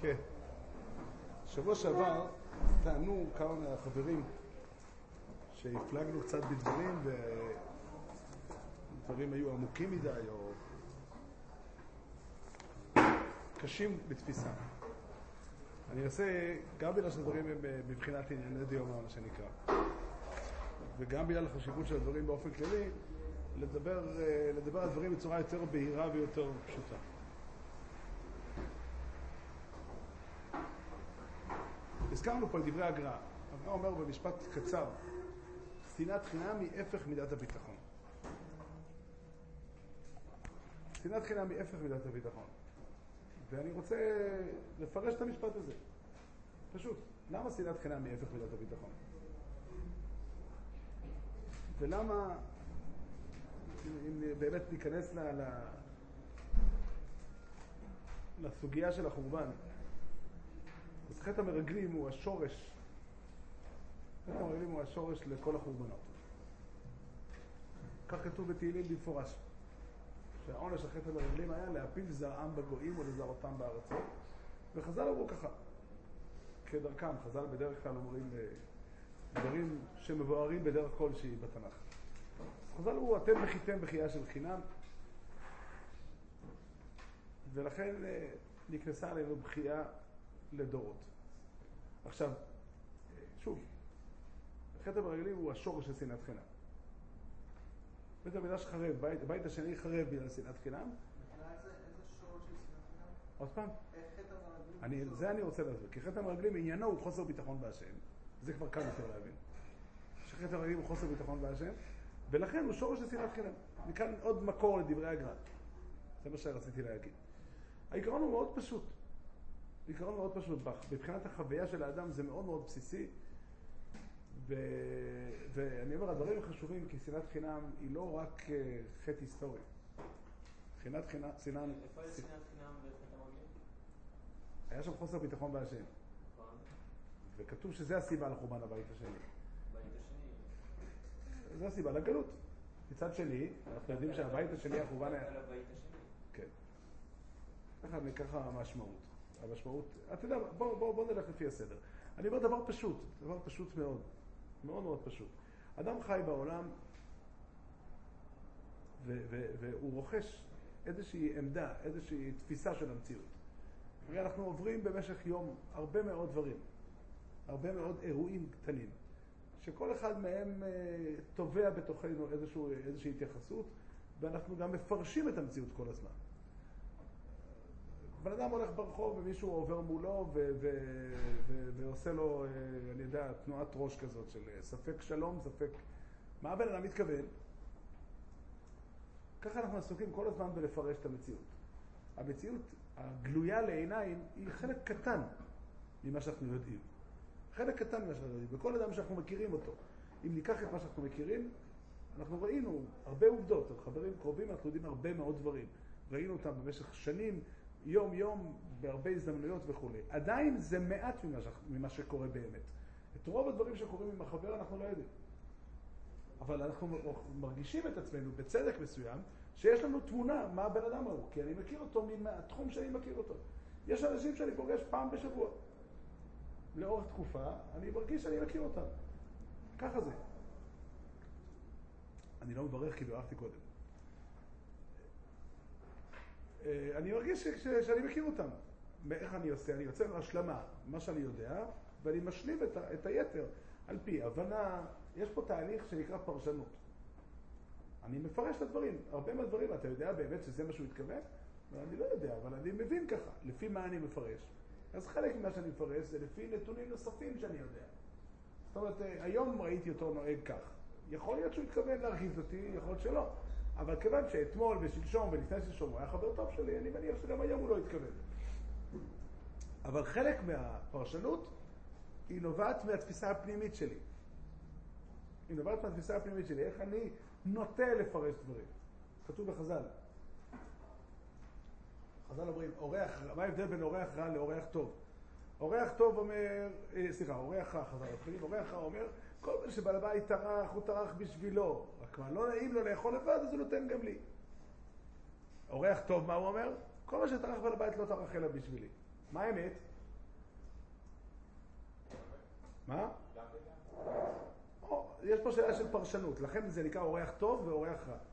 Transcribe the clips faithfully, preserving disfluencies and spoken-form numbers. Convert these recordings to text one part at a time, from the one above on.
כן. שבוע שעבר טענו כמה מהחברים שהפלגנו קצת בדברים ודברים היו עמוקים מדי או קשים בתפיסה. אני אעשה, גם בגלל שהדברים הם בבחינת ענייני דיומא, מה שנקרא, וגם בגלל החשיבות של הדברים באופן כללי, לדבר, לדבר על דברים בצורה יותר בהירה ויותר פשוטה. הזכרנו פה את דברי הגר"א. הגר"א אומר במשפט קצר, שנאת חינם היא הפך מידת הביטחון. שנאת חינם היא הפך מידת הביטחון. ואני רוצה לפרש את המשפט הזה. פשוט, למה שנאת חינם היא הפך מידת הביטחון? ולמה, אם באמת ניכנס ל... לסוגיה של החורבן, אז חטא המרגלים הוא השורש, חטא המרגלים הוא השורש לכל החורבנות. כך כתוב בתהילים במפורש, שהעונש של חטא המרגלים היה להפיל זרעם בגויים או לזרעותם בארצות, וחז"ל אמרו ככה, כדרכם, חז"ל בדרך כלל אומרים דברים שמבוארים בדרך כלשהי בתנ"ך. חז"ל אמרו, אתם מחיתם בחייה של חינם, ולכן נכנסה עלינו בחייה לדורות. עכשיו, שוב, חטא המרגלים הוא השורש של שנאת חינם. בית המקדש חרב, בית, הבית השני חרב בגלל שנאת חינם. איזה שורש של שנאת חינם? עוד פעם? איך חטא המרגלים? זה אני רוצה להסביר, כי חטא המרגלים עניינו הוא חוסר ביטחון בהשם. זה כבר קל יותר להבין. שחטא המרגלים הוא חוסר ביטחון בהשם, ולכן הוא שורש של שנאת חינם. מכאן עוד מקור לדברי הגר"א. זה מה שרציתי להגיד. העיקרון הוא מאוד פשוט. עיקרון מאוד פשוט, בבחינת החוויה של האדם זה מאוד מאוד בסיסי, ו... ואני אומר, הדברים חשובים כי שנאת חינם היא לא רק חטא היסטורי. שנאת חינם... איפה היה שנאת חינם בחטא המרגלים? היה שם חוסר ביטחון בהשם. וכתוב שזה הסיבה לחורבן הבית השני. הבית השני? זה הסיבה לגלות. מצד שני, אנחנו יודעים שהבית השני החורבן היה... על הבית השני? כן. ככה, ככה המשמעות. המשמעות, אתה יודע, בוא, בוא, בוא נלך לפי הסדר. אני אומר דבר פשוט, דבר פשוט מאוד, מאוד מאוד פשוט. אדם חי בעולם, ו- ו- והוא רוכש איזושהי עמדה, איזושהי תפיסה של המציאות. הרי אנחנו עוברים במשך יום הרבה מאוד דברים, הרבה מאוד אירועים קטנים, שכל אחד מהם תובע בתוכנו איזשהו, איזושהי התייחסות, ואנחנו גם מפרשים את המציאות כל הזמן. בן אדם הולך ברחוב ומישהו עובר מולו ו- ו- ו- ועושה לו, אני יודע, תנועת ראש כזאת של ספק שלום, ספק... מה הבן אדם מתכוון? ככה אנחנו עסוקים כל הזמן בלפרש את המציאות. המציאות הגלויה לעיניים היא חלק קטן ממה שאנחנו יודעים. חלק קטן ממה שאנחנו יודעים. בכל אדם שאנחנו מכירים אותו. אם ניקח את מה שאנחנו מכירים, אנחנו ראינו הרבה עובדות. חברים קרובים, אנחנו יודעים הרבה מאוד דברים. ראינו אותם במשך שנים, יום יום, בהרבה הזדמנויות וכו'. עדיין זה מעט ממה, ממה שקורה באמת. את רוב הדברים שקורים עם החבר אנחנו לא יודעים. אבל אנחנו מרגישים את עצמנו בצדק מסוים, שיש לנו תמונה מה הבן אדם הוא, כי אני מכיר אותו מהתחום שאני מכיר אותו. יש אנשים שאני פוגש פעם בשבוע. לאורך תקופה, אני מרגיש שאני מכיר אותם. ככה זה. אני לא מברך כי בירכתי קודם. אני מרגיש ש- שאני מכיר אותם. איך אני עושה? אני יוצא להשלמה, מה שאני יודע, ואני משלים את, ה- את היתר. על פי הבנה, יש פה תהליך שנקרא פרשנות. אני מפרש את הדברים. הרבה מהדברים, אתה יודע באמת שזה מה שהוא התכוון? אני לא יודע, אבל אני מבין ככה. לפי מה אני מפרש? אז חלק ממה שאני מפרש זה לפי נתונים נוספים שאני יודע. זאת אומרת, היום ראיתי אותו נוהג כך. יכול להיות שהוא התכוון להרגיז אותי, יכול להיות שלא. אבל כיוון שאתמול ושלשום ולפני שלשום הוא היה חבר טוב שלי, אני מניח שגם היום הוא לא התכוון. אבל חלק מהפרשנות היא נובעת מהתפיסה הפנימית שלי. היא נובעת מהתפיסה הפנימית שלי, איך אני נוטה לפרש דברים. כתוב בחז"ל. חז"ל אומרים, אורח, מה ההבדל בין אורח רע לאורח טוב? אורח טוב אומר, סליחה, אורח רע, חז"ל מתחילים, אורח רע אומר, כל מי שבעל הבית טרח, הוא טרח בשבילו. רק מה, לא נעים לו לאכול לבד, אז הוא נותן גם לי. אורח טוב, מה הוא אומר? כל מה שטרח בעל הבית לא טרח אלא בשבילי. מה האמת? מה? או, יש פה שאלה של פרשנות, לכן זה נקרא אורח טוב ואורח רע.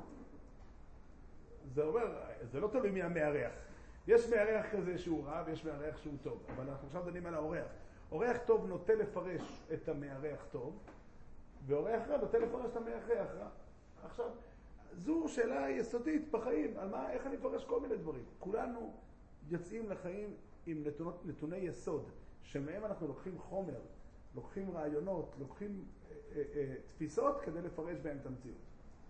זה אומר, זה לא תלוי מי המארח. יש מארח כזה שהוא רע ויש מארח שהוא טוב, אבל אנחנו עכשיו דנים על האורח. אורח טוב נוטה לפרש את המארח טוב, ואורח רע נוטה לפרש את המארח רע. עכשיו, זו שאלה יסודית בחיים, על מה, איך אני מפרש כל מיני דברים. כולנו יוצאים לחיים עם נתונות, נתוני יסוד, שמהם אנחנו לוקחים חומר, לוקחים רעיונות, לוקחים אה, אה, אה, תפיסות כדי לפרש בהם את המציאות.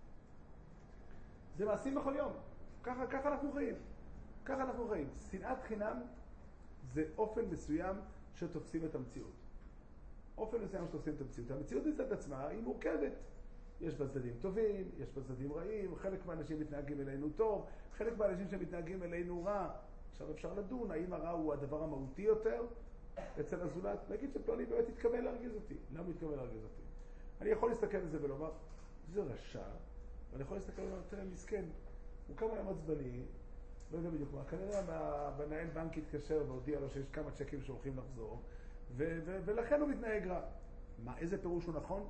זה מעשים בכל יום. ככה, ככה אנחנו חיים. ככה אנחנו חיים. שנאת חינם זה אופן מסוים שתופסים את המציאות. אופן מסוים שתופסים את המציאות. המציאות מצד עצמה היא מורכבת. יש בה צדדים טובים, יש בה צדדים רעים, חלק מהאנשים מתנהגים אלינו טוב, חלק מהאנשים שמתנהגים אלינו רע. עכשיו אפשר לדון, האם הרע הוא הדבר המהותי יותר אצל הזולת? להגיד שפלוני באמת התכוון להרגיז אותי. למה הוא התכוון להרגיז אותי? אני יכול להסתכל על זה ולומר, זה רשע, ואני יכול להסתכל ולומר, תראה, מסכן, הוא כמה יום עצבני, לא יודע בדיוק מה, כנראה המנהל בנק התקשר והודיע לו שיש כמה צ'קים שהולכים לחזור, ו- ו- ולכן הוא מתנהג רע. מה, איזה פירוש הוא נכון?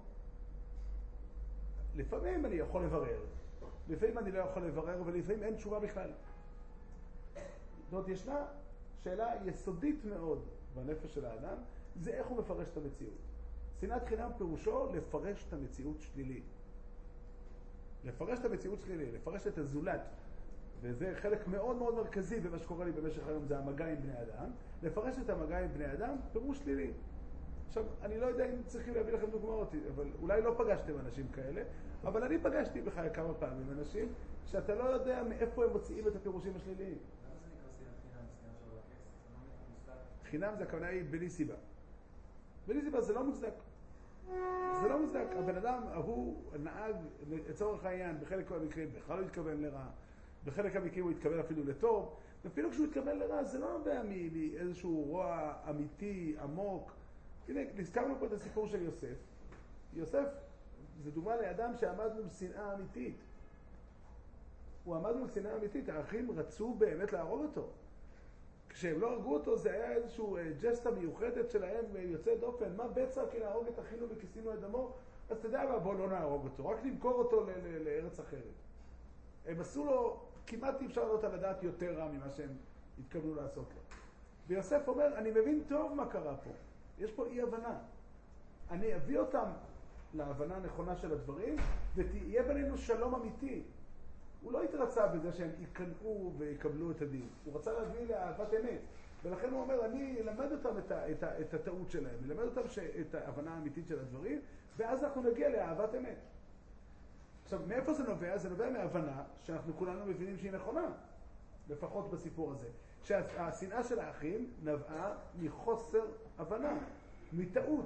לפעמים אני יכול לברר, לפעמים אני לא יכול לברר, ולפעמים אין תשובה בכלל. זאת אומרת, ישנה שאלה יסודית מאוד בנפש של האדם, זה איך הוא מפרש את המציאות. שנאת חינם פירושו לפרש את המציאות שלילי. לפרש את המציאות שלילי, לפרש את הזולת. וזה חלק מאוד מאוד מרכזי במה שקורה לי במשך היום, זה המגע עם בני אדם. לפרש את המגע עם בני אדם, פירוש שלילי. עכשיו, אני לא יודע אם צריכים להביא לכם דוגמאות, אבל אולי לא פגשתם אנשים כאלה, אבל אני פגשתי בחיי כמה פעמים אנשים שאתה לא יודע מאיפה הם מוציאים את הפירושים השליליים. למה זה נקרא שנאת חינם? שנאת של הכסף? זה לא מוצדק. חינם זה הכוונה היא בלי סיבה. בלי סיבה זה לא מוצדק. זה לא מוצדק. הבן אדם, הוא נהג לצורך העניין, בחלק מהמקרים בכלל לא התכוון לרע, בחלק מהמקרים הוא התכוון אפילו לטוב, ואפילו כשהוא התכוון לרע זה לא נובע מאיזשהו רוע אמיתי, עמוק. הנה, נזכרנו פה את הסיפור של יוסף. יוסף זה דוגמה לאדם שעמד מול שנאה אמיתית. הוא עמד מול שנאה אמיתית, האחים רצו באמת להרוג אותו. כשהם לא הרגו אותו זה היה איזשהו ג'סטה מיוחדת שלהם יוצא דופן. מה בצע כי להרוג את אחינו וכיסינו את דמו? אז אתה יודע מה, בוא לא נהרוג אותו, רק נמכור אותו ל- ל- לארץ אחרת. הם עשו לו, כמעט אי אפשר לדעת על הדעת יותר רע ממה שהם התכוונו לעשות לו. ויוסף אומר, אני מבין טוב מה קרה פה. יש פה אי הבנה. אני אביא אותם להבנה הנכונה של הדברים, ותהיה בינינו שלום אמיתי. הוא לא התרצה בזה שהם יקנאו ויקבלו את הדין. הוא רצה להביא לאהבת אמת. ולכן הוא אומר, אני אלמד אותם את, ה, את, ה, את הטעות שלהם, אלמד אותם ש, את ההבנה האמיתית של הדברים, ואז אנחנו נגיע לאהבת אמת. עכשיו, מאיפה זה נובע? זה נובע מהבנה שאנחנו כולנו מבינים שהיא נכונה, לפחות בסיפור הזה. שהשנאה של האחים נבעה מחוסר הבנה, מטעות.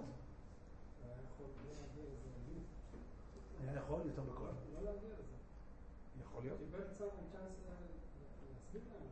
היה יכול יותר בכל. לא להגיע לזה. יכול להיות. קיבל קצת צ'אנס להסביר להם.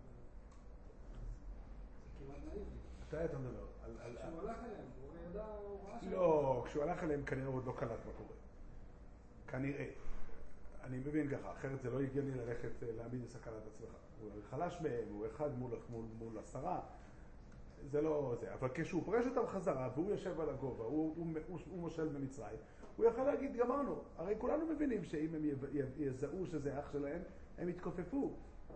זה כמעט נאיבי. מתי אתה מדבר? כשהוא הלך אליהם, הוא ידע, הוא ראה שם. לא, כשהוא הלך אליהם כנראה הוא עוד לא קלט מה קורה. כנראה. אני מבין ככה, אחרת זה לא הגיוני ללכת להעמיד בסכנת עצמך. הוא חלש מהם, הוא אחד מול, מול, מול עשרה. זה לא זה. אבל כשהוא פרש אותם חזרה והוא יושב על הגובה, הוא, הוא, הוא, הוא מושל במצרים, הוא יכול להגיד, גמרנו. הרי כולנו מבינים שאם הם יזהו שזה אח שלהם, הם יתכופפו.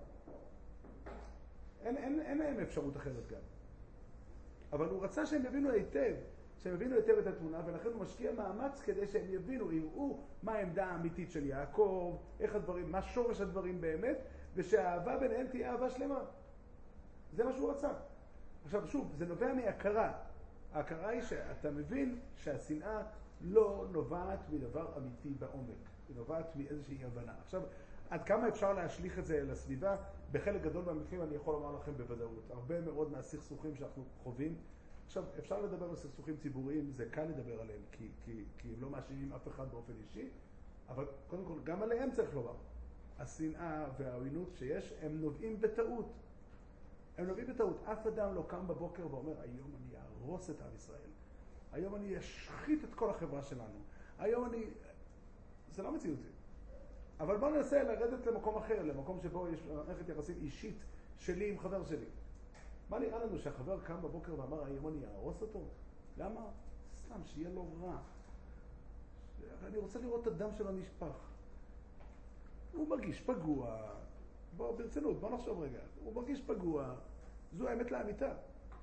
אין, אין, אין להם אפשרות אחרת גם. אבל הוא רצה שהם יבינו היטב, שהם יבינו היטב את התמונה, ולכן הוא משקיע מאמץ כדי שהם יבינו, יראו מה העמדה האמיתית של יעקב, איך הדברים, מה שורש הדברים באמת, ושהאהבה ביניהם תהיה אהבה שלמה. זה מה שהוא רצה. עכשיו, שוב, זה נובע מהכרה. ההכרה היא שאתה מבין שהשנאה לא נובעת מדבר אמיתי בעומק. היא נובעת מאיזושהי הבנה. עכשיו, עד כמה אפשר להשליך את זה לסביבה? בחלק גדול מהמקרים אני יכול לומר לכם בוודאות. הרבה מאוד מהסכסוכים שאנחנו חווים. עכשיו, אפשר לדבר על סכסוכים ציבוריים, זה קל לדבר עליהם, כי, כי, כי הם לא מאשימים אף אחד באופן אישי, אבל קודם כל, גם עליהם צריך לומר. השנאה והעוינות שיש, הם נובעים בטעות. הם נובעים בטעות. אף אדם לא קם בבוקר ואומר, היום אני אהרוס את עם ישראל. היום אני אשחית את כל החברה שלנו. היום אני... זה לא מציאותי. אבל בואו ננסה לרדת למקום אחר, למקום שבו יש מערכת יחסים אישית שלי עם חבר שלי. מה נראה לנו שהחבר קם בבוקר ואמר, היום אני אהרוס אותו? למה? סתם, שיהיה לו רע. אני רוצה לראות את הדם שלו נשפך. הוא מרגיש פגוע. בוא, ברצינות, בוא נחשוב רגע. הוא מרגיש פגוע. זו האמת לאמיתה.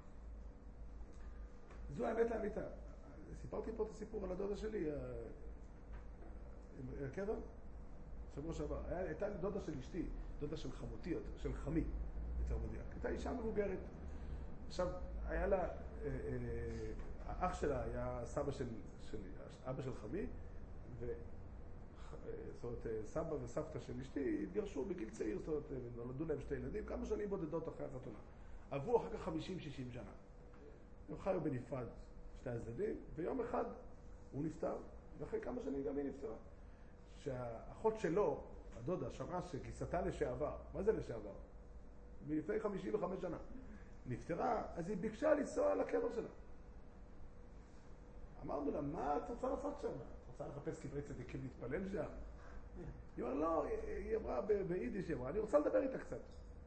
זו האמת לאמיתה. סיפרתי פה את הסיפור על הדודה שלי, עם הקבר, שבוע שעבר. הייתה דודה של אשתי, דודה של חמותי, של חמי, יותר מדויק. הייתה אישה מבוגרת. עכשיו, היה לה, האח שלה היה סבא של, של אבא של חמי, ו... זאת אומרת, סבא וסבתא של אשתי התגרשו בגיל צעיר, זאת אומרת, נולדו להם שתי ילדים, כמה שנים בודדות אחרי החתונה. עברו אחר כך חמישים שישים שנה. הם חיו בנפרד שני הצדדים, ויום אחד הוא נפטר, ואחרי כמה שנים גם היא נפטרה. שהאחות שלו, הדודה, שמעה שגיסתה לשעבר, מה זה לשעבר? מלפני חמישים וחמש שנה. נפטרה, אז היא ביקשה לנסוע לקבר שלה. אמרנו לה, מה את רוצה לעשות שם? את רוצה לחפש קברי צדיקים להתפלל שם? היא אמרה, לא, היא אמרה ביידיש, היא אמרה, אני רוצה לדבר איתה קצת.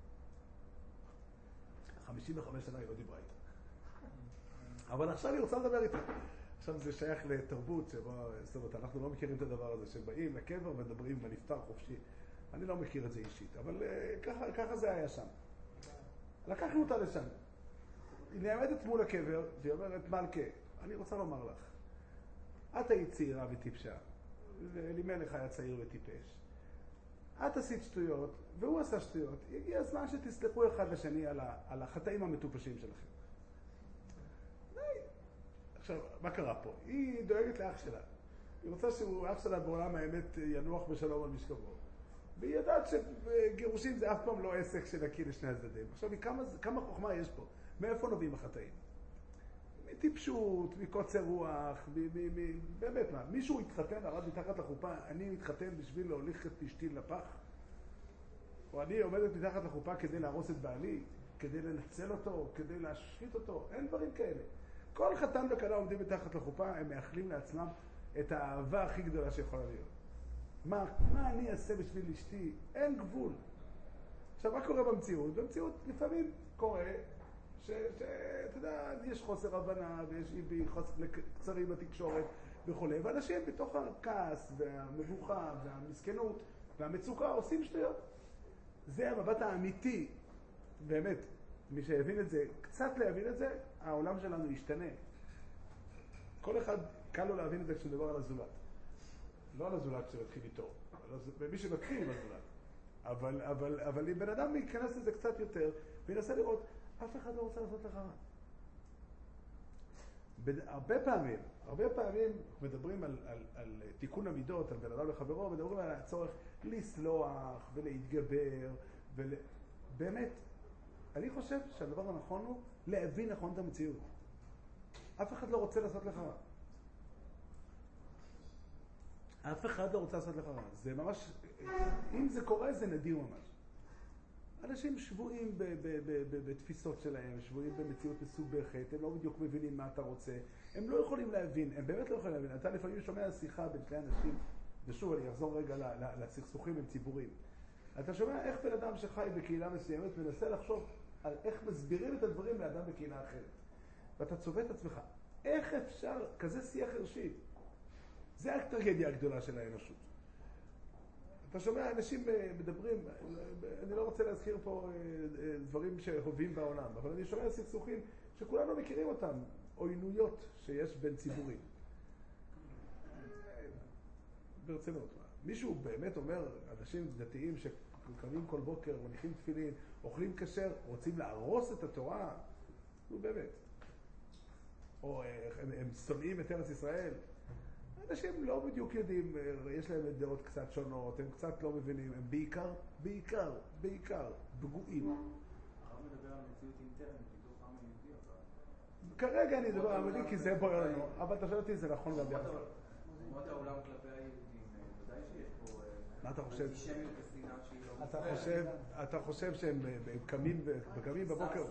חמישים וחמש שנה היא לא דיברה איתה. אבל עכשיו היא רוצה לדבר איתה. עכשיו זה שייך לתרבות שבה, זאת אומרת, אנחנו לא מכירים את הדבר הזה, שבאים לקבר ומדברים בנפטר חופשי. אני לא מכיר את זה אישית, אבל ככה, ככה זה היה שם. לקחנו אותה לשם. היא נעמדת מול הקבר, והיא אומרת, מלכה, אני רוצה לומר לך, את היית צעירה וטיפשה, ואלימלך היה צעיר וטיפש. את עשית שטויות, והוא עשה שטויות. הגיע הזמן שתסלחו אחד לשני על, ה, על החטאים המטופשים שלכם. די. עכשיו, מה קרה פה? היא דואגת לאח שלה. היא רוצה שהוא, אח שלה בעולם האמת ינוח בשלום על משכבו. והיא יודעת שגירושים זה אף פעם לא עסק שנקי לשני הצדדים. עכשיו, כמה, כמה חוכמה יש פה? מאיפה נובעים החטאים? מטיפשות, מקוצר רוח, מ, מ, מ, באמת מה? מישהו התחתן, ערד מתחת לחופה, אני מתחתן בשביל להוליך את אשתי לפח? או אני עומדת מתחת לחופה כדי להרוס את בעלי, כדי לנצל אותו, כדי להשחית אותו? אין דברים כאלה. כל חתן וכלה עומדים מתחת לחופה, הם מאחלים לעצמם את האהבה הכי גדולה שיכולה להיות. מה, מה אני אעשה בשביל אשתי? אין גבול. עכשיו, מה קורה במציאות? במציאות לפעמים קורה שאתה יודע, יש חוסר הבנה ויש קצרים בתקשורת וכו'. ואנשים בתוך הכעס והמבוכה והמסכנות והמצוקה עושים שטויות. זה המבט האמיתי. באמת, מי שיבין את זה, קצת להבין את זה, העולם שלנו ישתנה. כל אחד קל לו להבין את זה כשנדבר על הזולת. לא על הזולת שמתחיל איתו, ומי שמתחיל עם הזולת. אבל, אבל, אבל אם בן אדם ייכנס לזה קצת יותר, וינסה לראות, אף אחד לא רוצה לעשות לך רע. הרבה פעמים, הרבה פעמים מדברים על, על, על תיקון המידות, על בן אדם לחברו, מדברים על הצורך לסלוח ולהתגבר, ול... באמת, אני חושב שהדבר הנכון הוא להבין נכון את המציאות. אף אחד לא רוצה לעשות לך רע. אף אחד לא רוצה לעשות לך רע. זה ממש, אם זה קורה, זה נדיר ממש. אנשים שבועים ב- ב- ב- ב- בתפיסות שלהם, שבועים במציאות מסובכת, הם לא בדיוק מבינים מה אתה רוצה. הם לא יכולים להבין, הם באמת לא יכולים להבין. אתה לפעמים שומע שיחה בין שני אנשים, ושוב, אני אחזור רגע ל- ל- לסכסוכים עם ציבורים. אתה שומע איך בן אדם שחי בקהילה מסוימת מנסה לחשוב על איך מסבירים את הדברים לאדם בקהילה אחרת. ואתה צובע את עצמך. איך אפשר כזה שיח הרשי? זה הטרגדיה הגדולה של האנושות. אתה שומע אנשים מדברים, אני לא רוצה להזכיר פה דברים שהובים בעולם, אבל אני שומע סכסוכים שכולנו מכירים אותם, עוינויות שיש בין ציבורים. ברצינות. מישהו באמת אומר, אנשים דתיים שקמים כל בוקר, מניחים תפילין, אוכלים כשר, רוצים להרוס את התורה, נו באמת. או הם, הם שונאים את ארץ ישראל. אנשים לא בדיוק יודעים, יש להם דעות קצת שונות, הם קצת לא מבינים, הם בעיקר, בעיקר, בעיקר, פגועים. הרב מדבר על מציאות אינטרנט, בתוך העם היהודי, אבל... כרגע אני מדבר על מציאות כי זה בוער לנו, אבל אתה שואל אותי, זה נכון גם ביחס. אומות העולם כלפי היהודים, ודאי שיש פה... מה אתה חושב? אנטישמיות ושנאה שהיא לא... אתה חושב, אתה חושב שהם קמים בבוקר...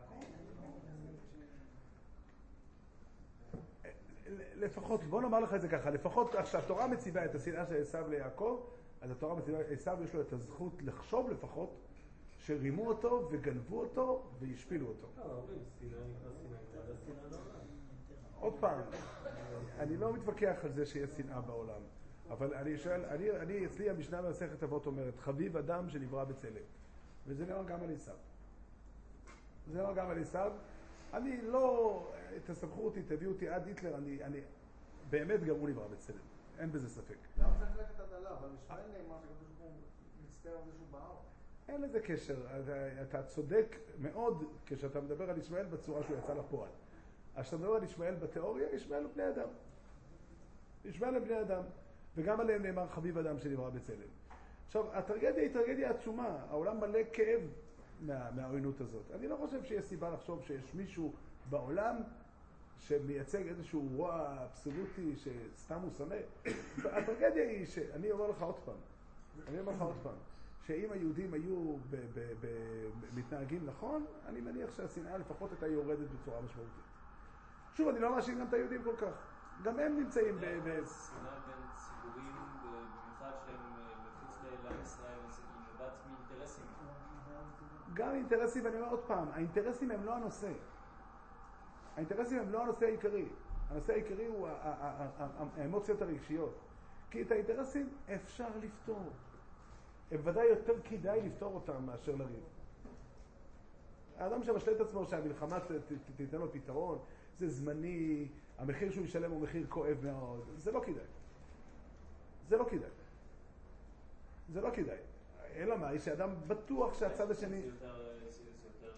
לפחות, בוא נאמר לך את זה ככה, לפחות כשהתורה מציבה את השנאה של עשיו ליעקב, אז התורה מציבה, עשיו יש לו את הזכות לחשוב לפחות, שרימו אותו וגנבו אותו והשפילו אותו. לא, אומרים, שנאה נקרא שנאה, נקרא שנאה לא רע. עוד פעם, אני לא מתווכח על זה שיש שנאה בעולם, אבל אני שואל, אני, אני אצלי המשנה במסכת אבות אומרת, חביב אדם שנברא בצלם, וזה נאמר גם על עשיו. זה נאמר גם על עשיו. אני לא, תסמכו אותי, תביאו אותי עד היטלר, אני, אני, באמת גם הוא נברא בצלם, אין בזה ספק. למה צריך ללכת עד עליו? אבל ישמעאל נאמר שקדוש ברוך הוא מצטער על זה שהוא בער. אין לזה קשר, אתה, אתה צודק מאוד כשאתה מדבר על ישמעאל בצורה שהוא יצא לפועל. אז כשאתה מדבר על ישמעאל בתיאוריה, ישמעאל הוא בני אדם. ישמעאל הם בני אדם, וגם עליהם נאמר חביב אדם שנברא בצלם. עכשיו, הטרגדיה היא טרגדיה עצומה, העולם מלא כאב מה, מהעוינות הזאת. אני לא חושב שיש סיבה לחשוב שיש מישהו בעולם שמייצג איזשהו רוע אבסולוטי שסתם הוא שונא. הטרגדיה היא שאני אומר לך עוד פעם, אני אומר לך עוד פעם, שאם היהודים היו ב- ב- ב- מתנהגים נכון, אני מניח שהשנאה לפחות הייתה יורדת בצורה משמעותית. שוב, אני לא מאשים גם את היהודים כל כך. גם הם נמצאים ב... שנאה בין ציבורים, במיוחד שהם מחוץ לעם ישראל, היא נובעת מאינטרסים. גם אינטרסים, ואני אומר עוד פעם, האינטרסים הם לא הנושא. האינטרסים הם לא הנושא העיקרי. הנושא העיקרי הוא האמוציות הרגשיות. כי את האינטרסים אפשר לפתור. הם ודאי יותר כדאי לפתור אותם מאשר לריב. האדם שמשלה את עצמו שהמלחמה תיתן לו פתרון, זה זמני, המחיר שהוא ישלם הוא מחיר כואב מאוד, זה לא כדאי. זה לא כדאי. זה לא כדאי. אלא מה, היא שאדם בטוח שהצד השני... זה יותר, זה יותר,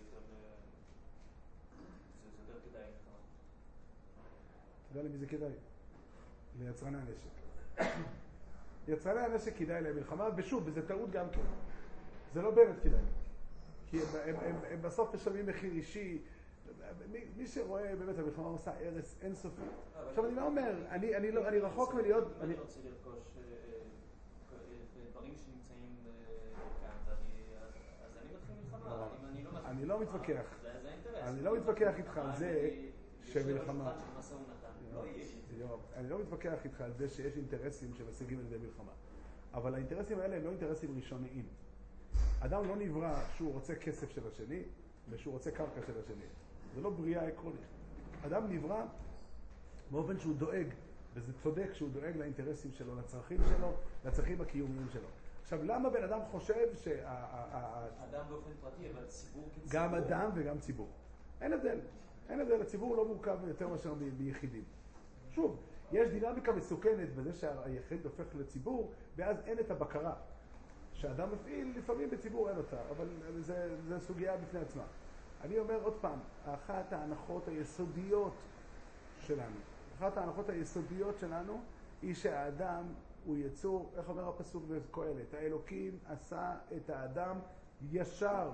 זה יותר כדאי. אתה יודע למי זה כדאי? ליצרני הנשק. יצרני הנשק כדאי להם מלחמה, ושוב, וזה טעות גם כן. זה לא באמת כדאי. כי הם, הם, הם, הם בסוף משלמים מחיר אישי. מי, מי שרואה באמת המלחמה עושה הרס אינסופי. עכשיו אני לא אומר, אני, אני, לא, אני רחוק מלהיות... אם אני רוצה לרכוש דברים שנמצאים כאן, אז אני מתחיל מלחמה. אם אני לא מתחיל... אני לא מתווכח. זה האינטרס. אני לא מתווכח איתך על זה שמלחמה... לא אני לא מתווכח איתך על זה שיש אינטרסים שמשיגים על ידי מלחמה. אבל האינטרסים האלה הם לא אינטרסים ראשוניים. אדם לא נברא שהוא רוצה כסף של השני ושהוא רוצה קרקע של השני. זה לא בריאה עקרונית. אדם נברא באופן שהוא דואג, וזה צודק שהוא דואג לאינטרסים שלו, לצרכים שלו, לצרכים הקיומיים שלו. עכשיו, למה בן אדם חושב שה... אדם באופן פרטי, אבל ציבור כציבור? גם אדם וגם ציבור. אין הבדל. אין הבדל. הציבור לא מורכב יותר מאשר ביחידים. שוב, יש דינמיקה מסוכנת בזה שהיחיד הופך לציבור, ואז אין את הבקרה. שאדם מפעיל, לפעמים בציבור אין אותה, אבל זה, זה סוגיה בפני עצמה. אני אומר עוד פעם, אחת ההנחות היסודיות שלנו, אחת ההנחות היסודיות שלנו, היא שהאדם הוא יצור, איך אומר הפסוק בקהלת, האלוקים עשה את האדם ישר.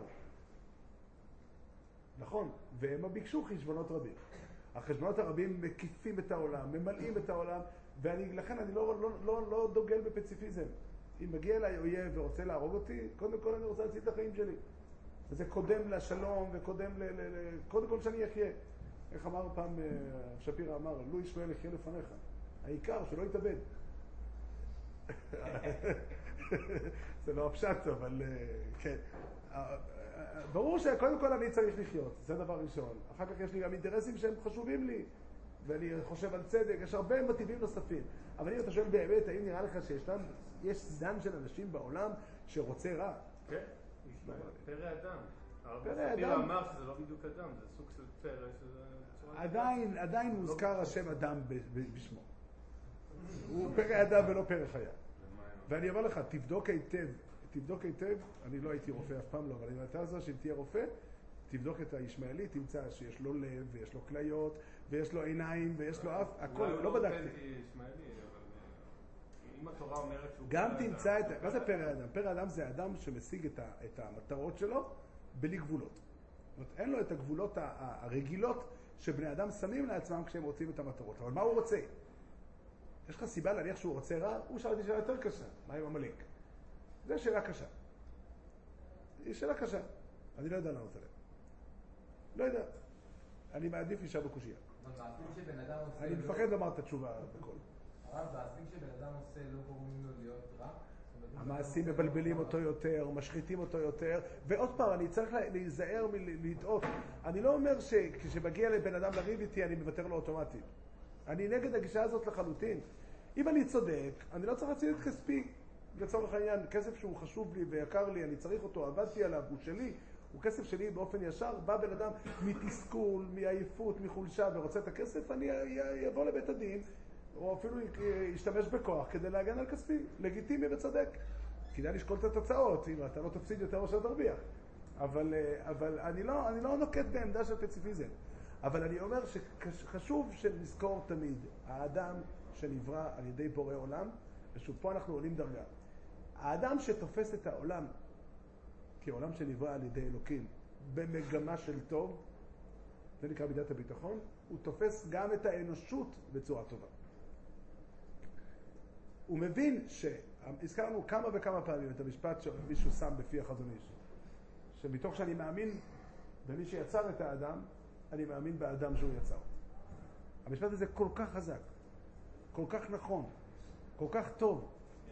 נכון, והם ביקשו חשבונות רבים. החשבונות הרבים מקיפים את העולם, ממלאים את העולם, ולכן אני לא, לא, לא, לא דוגל בפציפיזם. אם מגיע אליי אויב ורוצה להרוג אותי, קודם כל אני רוצה להציל את החיים שלי. וזה קודם לשלום וקודם ל... ל, ל קודם כל שאני אחיה. איך אמר פעם, שפירא אמר, לו ישמעאל יחיה לפניך. העיקר שלא יתאבד. זה לא הפשט, אבל כן. ברור שקודם כל אני צריך לחיות, זה דבר ראשון. אחר כך יש לי גם אינטרסים שהם חשובים לי, ואני חושב על צדק, יש הרבה מוטיבים נוספים. אבל אם אתה שואל באמת, האם נראה לך שישנם, יש סדן של אנשים בעולם שרוצה רע? כן, פרא אדם. פרא שפירא אדם. אמר שזה לא בדיוק אדם, זה סוג של פרא שזה... עדיין, עדיין מוזכר השם אדם בשמו. הוא פרא אדם ולא פרא חיה. ואני אומר לך, תבדוק היטב, תבדוק היטב, אני לא הייתי רופא אף פעם לא, אבל אם אתה זו שאם תהיה רופא, תבדוק את הישמעאלי, תמצא שיש לו לב, ויש לו כליות, ויש לו עיניים, ויש לו אף, הכל, לא בדקתי. אם התורה אומרת שהוא... גם תמצא את... מה זה פרא אדם? פרא אדם זה אדם שמשיג את המטרות שלו בלי גבולות. זאת אומרת, אין לו את הגבולות הרגילות שבני אדם שמים לעצמם כשהם רוצים את המטרות. אבל מה הוא רוצה? יש לך סיבה להניח שהוא רוצה רע? הוא שאל אותי שאלה יותר קשה. מה עם עמלק? זו שאלה קשה. היא שאלה קשה. אני לא יודע לענות עליה. לא יודע. אני מעדיף אישה בקושייה. אני מפחד לומר את התשובה בכל. הרב, בעצים שבן אדם עושה לא גורמים לו להיות רע? זאת המעשים מבלבלים אותו יותר, משחיתים אותו יותר, ועוד פעם, אני צריך להיזהר מלטעות. אני לא אומר שכשמגיע לבן אדם לריב איתי, אני מוותר לו אוטומטית. אני נגד הגישה הזאת לחלוטין. אם אני צודק, אני לא צריך להציל את כספי. לצורך העניין, כסף שהוא חשוב לי ויקר לי, אני צריך אותו, עבדתי עליו, הוא שלי, הוא כסף שלי באופן ישר, בא בן אדם מתסכול, מעייפות, מחולשה ורוצה את הכסף, אני אבוא לבית הדין, או אפילו ישתמש בכוח כדי להגן על כספי, לגיטימי וצדק. כדאי לשקול את התוצאות, אם אתה לא תפסיד יותר מאשר תרוויח. אבל, אבל אני לא, אני לא נוקט בעמדה של פציפיזם. אבל אני אומר שחשוב שנזכור תמיד, האדם שנברא על ידי בורא עולם, ושוב, פה אנחנו עולים דרגה. האדם שתופס את העולם כעולם שנברא על ידי אלוקים, במגמה של טוב, זה נקרא מידת הביטחון, הוא תופס גם את האנושות בצורה טובה. הוא מבין שהזכרנו כמה וכמה פעמים את המשפט שמישהו שם בפי החזון איש, שמתוך שאני מאמין במי שיצר את האדם, אני מאמין באדם שהוא יצר. המשפט הזה כל כך חזק, כל כך נכון, כל כך טוב.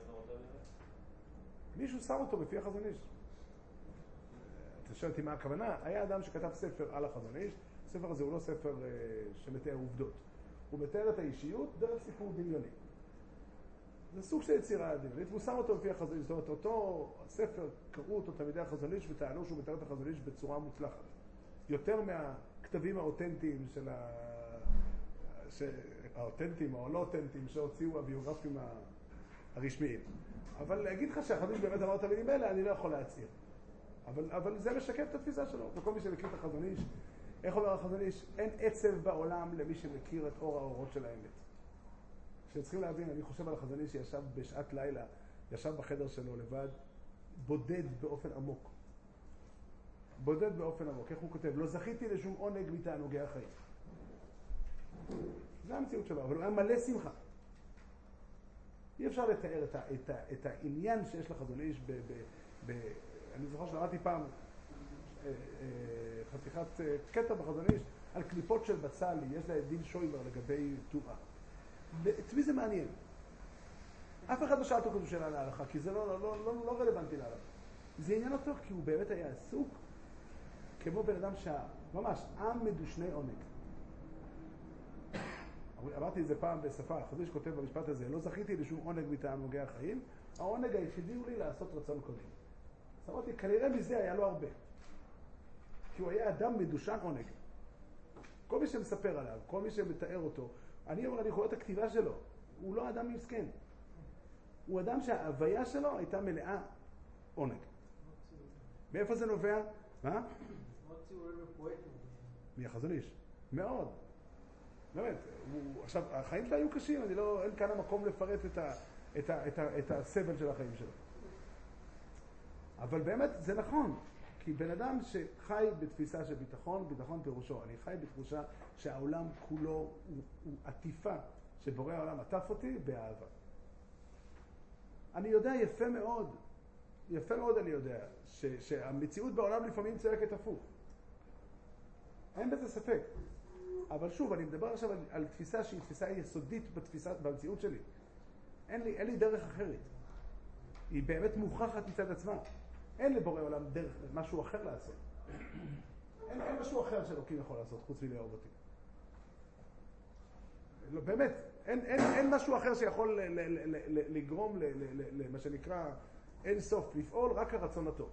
מישהו שם אותו בפי החזון איש. אתה שואל אותי מה הכוונה? היה אדם שכתב ספר על החזון איש. הספר הזה הוא לא ספר uh, שמתאר עובדות. הוא מתאר את האישיות דרך סיפור דמיוני. זה סוג של יצירה דמיונית, והוא שם אותו בפי החזון איש. זאת אומרת, אותו ספר, קראו אותו תלמידי החזון איש וטענו שהוא מתאר את החזון איש בצורה מוצלחת. יותר מהכתבים האותנטיים של ה... ש... האותנטיים או לא אותנטיים שהוציאו הביוגרפים הרשמיים. אבל להגיד לך שהחזון איש באמת אמר את המילים האלה, אני לא יכול להצהיר. אבל, אבל זה משקף את התפיסה שלו. וכל מי שמכיר את החזון איש, איך אומר החזון איש? אין עצב בעולם למי שמכיר את אור האורות של האמת. כשצריכים להבין, אני חושב על החזון איש שישב בשעת לילה, ישב בחדר שלו לבד, בודד באופן עמוק. בודד באופן עמוק. איך הוא כותב? לא זכיתי לשום עונג מתענוגי החיים. זה המציאות שלו, אבל הוא היה מלא שמחה. אי אפשר לתאר את, ה, את, ה, את העניין שיש לחזון איש ב... ב, ב אני זוכר שלמדתי פעם אה, אה, חתיכת אה, קטע בחזון איש על קליפות של בצל, יש לה דין שויבר לגבי טומאה. את מי זה מעניין? אף אחד לא שאל אותו כזו שאלה להלכה, כי זה לא, לא, לא, לא, לא רלוונטי להלכה. זה עניין אותו כי הוא באמת היה עסוק כמו בן אדם שממש עם מדושני עונג. אמרתי את זה פעם בשפה, החזון איש כותב במשפט הזה, לא זכיתי לשום עונג מתענוגי החיים, העונג היחידי הוא לי לעשות רצון קודם. אז אמרתי, כנראה מזה היה לו הרבה. כי הוא היה אדם מדושן עונג. כל מי שמספר עליו, כל מי שמתאר אותו, אני אומר, אני רואה את הכתיבה שלו. הוא לא אדם מסכן. הוא אדם שההוויה שלו הייתה מלאה עונג. מאיפה זה נובע? מה? מאוד ציורים ופואטים. מהחזון איש. מאוד. באמת. הוא, עכשיו, החיים שלו היו קשים, אני לא, אין כאן המקום לפרט את, ה, את, ה, את, ה, את הסבל של החיים שלו. אבל באמת זה נכון, כי בן אדם שחי בתפיסה של ביטחון, ביטחון פירושו, אני חי בתחושה שהעולם כולו הוא, הוא עטיפה, שבורא העולם עטף אותי באהבה. אני יודע יפה מאוד, יפה מאוד אני יודע, ש, שהמציאות בעולם לפעמים צועקת הפוך. אין בזה ספק. אבל שוב, אני מדבר עכשיו על, על תפיסה שהיא תפיסה יסודית בתפיסה, במציאות שלי. אין לי, אין לי דרך אחרת. היא באמת מוכחת מצד עצמה. אין לבורא עולם דרך, משהו אחר לעשות. אין, אין משהו אחר שאלוקים יכול לעשות, חוץ מלאהוב אותי. לא, באמת, אין, אין, אין משהו אחר שיכול ל, ל, ל, ל, לגרום ל, ל, ל, למה שנקרא אין סוף, לפעול רק הרצון הטוב.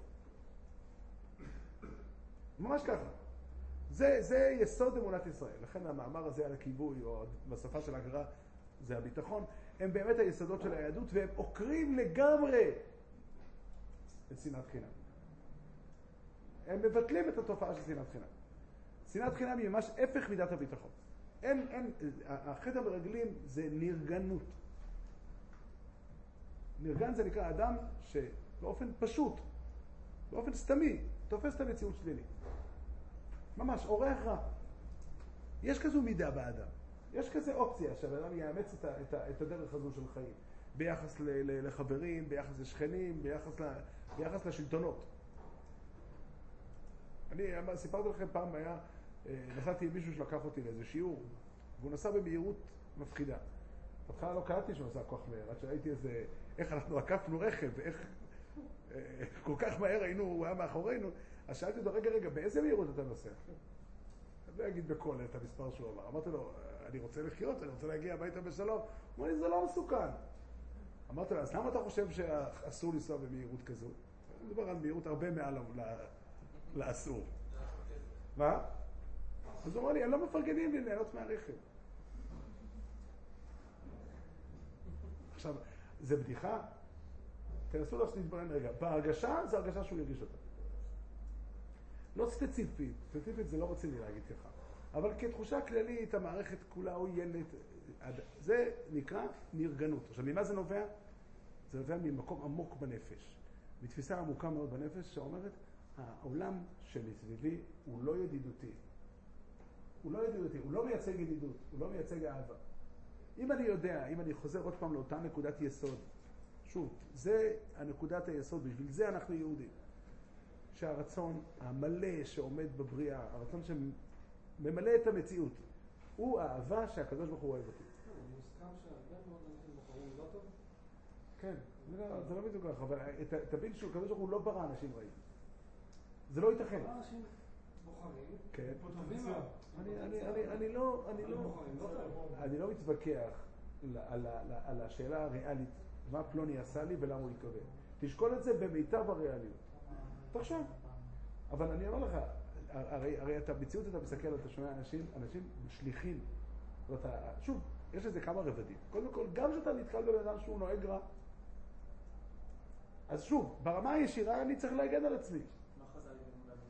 ממש ככה. זה, זה יסוד אמונת ישראל. לכן המאמר הזה על הכיבוי, או בשפה של הגר"א, זה הביטחון, הם באמת היסודות של היהדות, והם עוקרים לגמרי את שנאת חינם. הם מבטלים את התופעה של שנאת חינם. שנאת חינם היא ממש הפך מידת הביטחון. אין, אין, החטא המרגלים זה נרגנות. נרגן זה נקרא אדם שבאופן פשוט, באופן סתמי, תופס את המציאות שלילית. ממש, אורח רע. יש כזו מידה באדם. יש כזה אופציה שהאדם יאמץ את, ה, את, ה, את הדרך הזו של חיים. ביחס ל, ל, לחברים, ביחס לשכנים, ביחס, ל, ביחס לשלטונות. אני סיפרתי לכם פעם, היה, נסעתי עם מישהו שלקח אותי לאיזה שיעור, והוא נסע במהירות מפחידה. בהתחלה לא קלטתי שהוא עשה כוח מהר, עד שראיתי איזה, איך אנחנו עקפנו רכב, איך כל כך מהר היינו, הוא היה מאחורינו, אז שאלתי אותו, רגע, רגע, באיזה מהירות אתה נוסע? אני לא אגיד בקול את המספר שהוא אמר. אמרתי לו, אני רוצה לחיות, אני רוצה להגיע הביתה בשלום. הוא אמר לי, זה לא מסוכן. אמרתי לו, אז למה אתה חושב שאסור לנסוע במהירות כזו? אני מדבר על מהירות הרבה מעל לאסור. מה? אז הוא אמר לי, אני לא מפרגנים לי ליהנות מהרכב. עכשיו, זה בדיחה? תנסו לך שנתברן רגע. בהרגשה, זה הרגשה שהוא ירגיש אותה. לא ספציפית, ספציפית זה לא רציני להגיד ככה. אבל כתחושה כללית, המערכת כולה עוינת, זה נקרא נרגנות. עכשיו, ממה זה נובע? זה נובע ממקום עמוק בנפש. מתפיסה עמוקה מאוד בנפש שאומרת, העולם שמסביבי הוא לא ידידותי. הוא לא ידידותי, הוא לא מייצג ידידות, הוא לא מייצג אהבה. אם אני יודע, אם אני חוזר עוד פעם לאותה נקודת יסוד, שוב, זה הנקודת היסוד, בשביל זה אנחנו יהודים. שהרצון המלא שעומד בבריאה, הרצון שממלא את המציאות, הוא האהבה שהקדוש ברוך הוא אוהב אותי. מוסכם שהרבה מאוד אנשים בוחרים לא טוב? כן, זה לא בדיוק ככה, אבל תבין שהקדוש ברוך הוא לא ברא אנשים רעים. זה לא ייתכן. אנשים בוחרים, כן. טובים מאוד. אני לא, אני לא, אני לא מתווכח על השאלה הריאלית, מה פלוני עשה לי ולמה הוא התכוון. תשקול את זה במיטב הריאליות. תחשוב. אבל אני אומר לך, הרי, הרי את המציאות אתה מסתכל, אתה שומע אנשים, אנשים שליחים. ואתה, שוב, יש לזה כמה רבדים. קודם כל, גם שאתה נתקל בבן אדם שהוא נוהג רע, אז שוב, ברמה הישירה אני צריך להגן על עצמי. מה חז"ל יגידו להגיד